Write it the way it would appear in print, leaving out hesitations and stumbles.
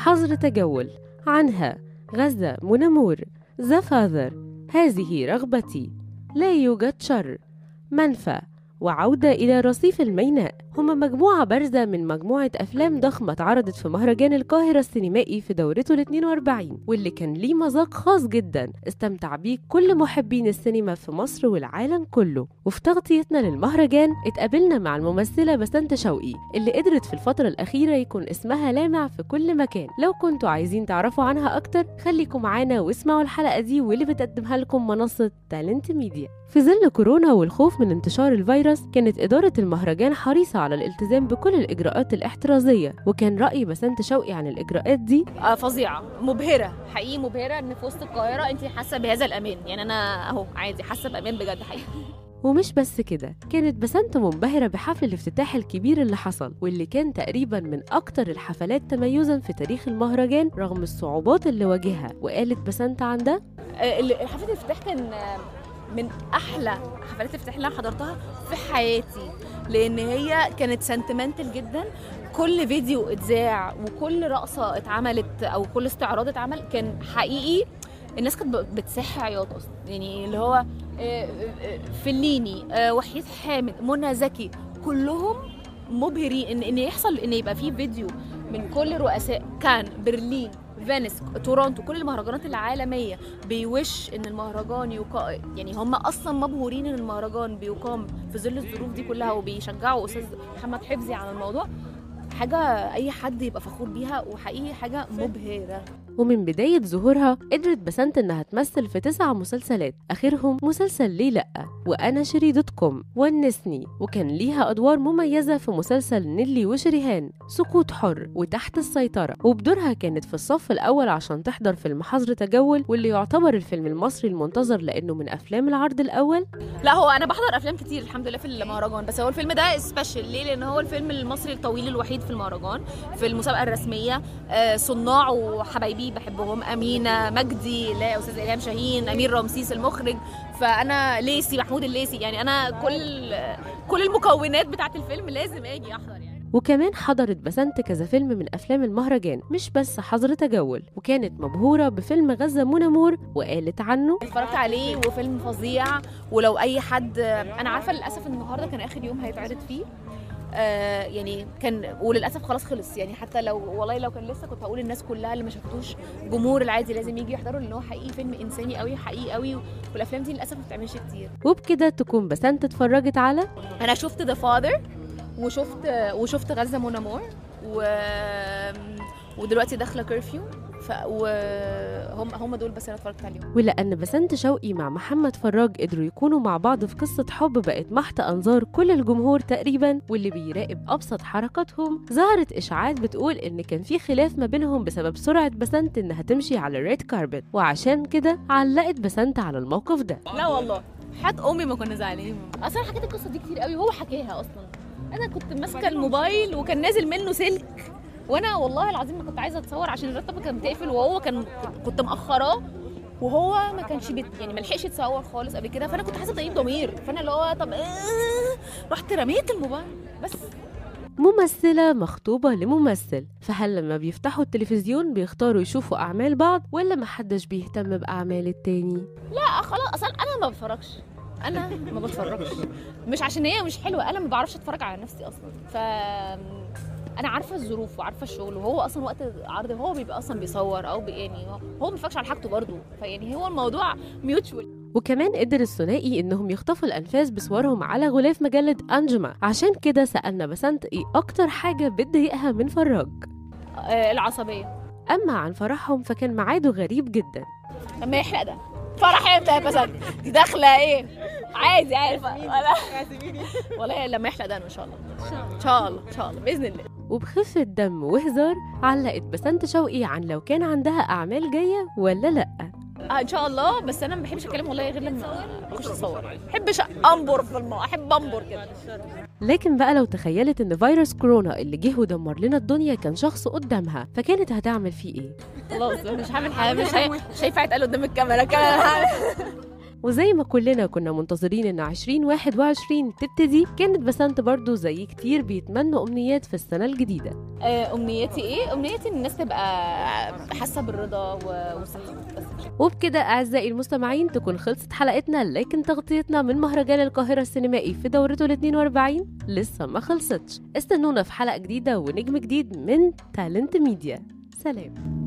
حظر تجول، عنها غزة منمور، ذا فاذر، هذه رغبتي، لا يوجد شر، منفى، وعودة إلى رصيف الميناء. هما مجموعة بارزة من مجموعة أفلام ضخمة اتعرضت في مهرجان القاهرة السينمائي في دورته ال 42، واللي كان ليه مذاق خاص جدا استمتع بيه كل محبين السينما في مصر والعالم كله. وفي تغطيتنا للمهرجان اتقابلنا مع الممثلة بسنت شوقي اللي قدرت في الفترة الأخيرة يكون اسمها لامع في كل مكان. لو كنتوا عايزين تعرفوا عنها أكتر خليكم معانا واسمعوا الحلقة دي واللي بتقدمها لكم منصة تالنت ميديا. في ظل كورونا والخوف من انتشار الفيروس كانت إدارة المهرجان حريصة على الالتزام بكل الإجراءات الاحترازية، وكان رأي بسنت شوقي عن الإجراءات دي فظيعة مبهرة، حقيقي مبهرة إن في وسط القاهرة أنت حاسة بهذا الأمان. يعني أنا أهو عادي حاسة بأمان بجد حقيقي. ومش بس كده، كانت بسنت منبهرة بحفل الافتتاح الكبير اللي حصل واللي كان تقريبا من أكتر الحفلات تميزا في تاريخ المهرجان رغم الصعوبات اللي واجهها. وقالت بسنت عن ده: حفلة الافتتاح كان من أحلى حفلات الافتتاح اللي أنا حضرتها في حياتي، لأن هي كانت سنتمنتال جدا. كل فيديو اتذاع وكل رقصة اتعملت أو كل استعراض اتعمل كان حقيقي الناس كانت بتصح عياط أصلا. يعني اللي هو فليني، وحيد حامد، منى زكي، كلهم مبهرين. إن يحصل إن يبقى فيه فيديو من كل رؤساء كان، برلين، فينيس، تورونتو، كل المهرجانات العالمية بيوش ان المهرجان يعني هم اصلا مبهورين ان المهرجان بيقام في ظل الظروف دي كلها، وبيشجعوا استاذ محمد حفظي على الموضوع. حاجة اي حد يبقى فخور بيها، وحقيقي حاجة مبهرة. ومن بداية ظهورها قدرت بسنت انها تمثل في 9 مسلسلات، اخرهم مسلسل ليه لأ، وانا شريدتكم، ونسني، وكان ليها ادوار مميزة في مسلسل نيلي وشريهان، سقوط حر، وتحت السيطرة. وبدورها كانت في الصف الاول عشان تحضر فيلم حظر تجول، واللي يعتبر الفيلم المصري المنتظر لانه من افلام العرض الاول. لا هو انا بحضر افلام كتير الحمد لله في المهرجان، بس هو الفيلم ده سبيشال ليه؟ لان هو الفيلم المصري الطويل الوحيد في المهرجان في المسابقة الرسمية. صناع وحبايبي بحبهم، أمينة مجدي، لا أستاذ إلهام شاهين، أمير رمسيس المخرج، فأنا ليسي محمود الليسي. يعني أنا كل المكونات بتاعة الفيلم لازم أجي أحضر يعني. وكمان حضرت بسنت كذا فيلم من أفلام المهرجان، مش بس حظر تجول، وكانت مبهورة بفيلم غزة منمور وقالت عنه: اتفرجت عليه وفيلم فظيع. ولو أي حد، أنا عارفة للأسف النهاردة كان آخر يوم هيتعرض فيه، يعني كان، وللاسف خلاص خلص. يعني حتى لو كان لسه كنت هقول الناس كلها اللي ما شافتوش، جمهور العادي لازم يجي يحضروا، لان هو حقيقي فيلم انساني قوي، حقيقي قوي، والافلام دي للاسف ما بتعملش كتير. وبكده تكون بسنت اتفرجت على، انا شفت ذا فاذر، وشفت غزة منمور، ودلوقتي داخله كيرفيو، وهم دول بس انا اتفرجت عليهم. ولأن بسنت شوقي مع محمد فراج قدروا يكونوا مع بعض في قصة حب بقت محت أنظار كل الجمهور تقريبا، واللي بيراقب أبسط حركاتهم. ظهرت إشاعات بتقول إن كان في خلاف ما بينهم بسبب سرعة بسنت إنها تمشي على الريد كاربت، وعشان كده علقت بسنت على الموقف ده. لا والله حد أمي ما كنا زعلانين أصلا. حكيت القصة دي كتير قوي، هو حكاها أصلا. أنا كنت ماسكة الموبايل وكان نازل منه سلك، وانا والله العظيم ما كنت عايزه اتصور عشان الرطبه كانت بتقفل، وهو كنت مأخراه، وهو ما كانش يعني ما لحقش يتصور خالص قبل كده. فانا كنت حاسه بتأنيب ضمير، فانا اللي هو طب رحت رميت الموبايل بس. ممثلة مخطوبة لممثل، فهل لما بيفتحوا التلفزيون بيختاروا يشوفوا أعمال بعض ولا محدش بيهتم بأعمال التاني؟ لا خلاص، أصلا أنا ما بتفرجش، مش عشان هي مش حلوة، أنا ما بعرفش أتفرج على نفسي أصلا. انا عارفه الظروف وعارفه الشغل، وهو اصلا وقت العرض هو بيبقى اصلا بيصور او يعني هو ما بيفكرش على حاجته برضه، فيعني هو الموضوع ميوتشوال. وكمان قدر الثنائي انهم يخطفوا الانفاس بصورهم على غلاف مجله انجما. عشان كده سالنا بسنت ايه اكتر حاجه بتضايقها من فراج. العصبيه. اما عن فرحهم فكان ميعاده غريب جدا. لما يحرق ده فرح امتى يا بسنت؟ دي داخله ايه عادي عارفه والله لما يحلق ده ان شاء الله ان شاء الله باذن الله. وبخفة دم وهزار علقت بسنت شوقي عن لو كان عندها اعمال جايه ولا لا. ان شاء الله، بس انا ما بحبش اتكلم والله غير لما اخش اصور. ما بحبش انبر في احب انبر كده. لكن بقى لو تخيلت ان فيروس كورونا اللي جه ودمر لنا الدنيا كان شخص قدامها، فكانت هتعمل فيه ايه؟ خلاص مش هعمل حاجه، مش هينفع يتقال قدام الكاميرا كمان. وزي ما كلنا كنا منتظرين ان 2021 تبتدي، كانت بسنت برضو زي كتير بيتمنوا امنيات في السنة الجديدة. امنيتي ايه؟ امنيتي ان الناس تبقى حاسة بالرضا وصحة بس. وبكده اعزائي المستمعين تكون خلصت حلقتنا، لكن تغطيتنا من مهرجان القاهرة السينمائي في دورته ال 42 لسه ما خلصتش. استنونا في حلقة جديدة ونجم جديد من تالنت ميديا. سلام.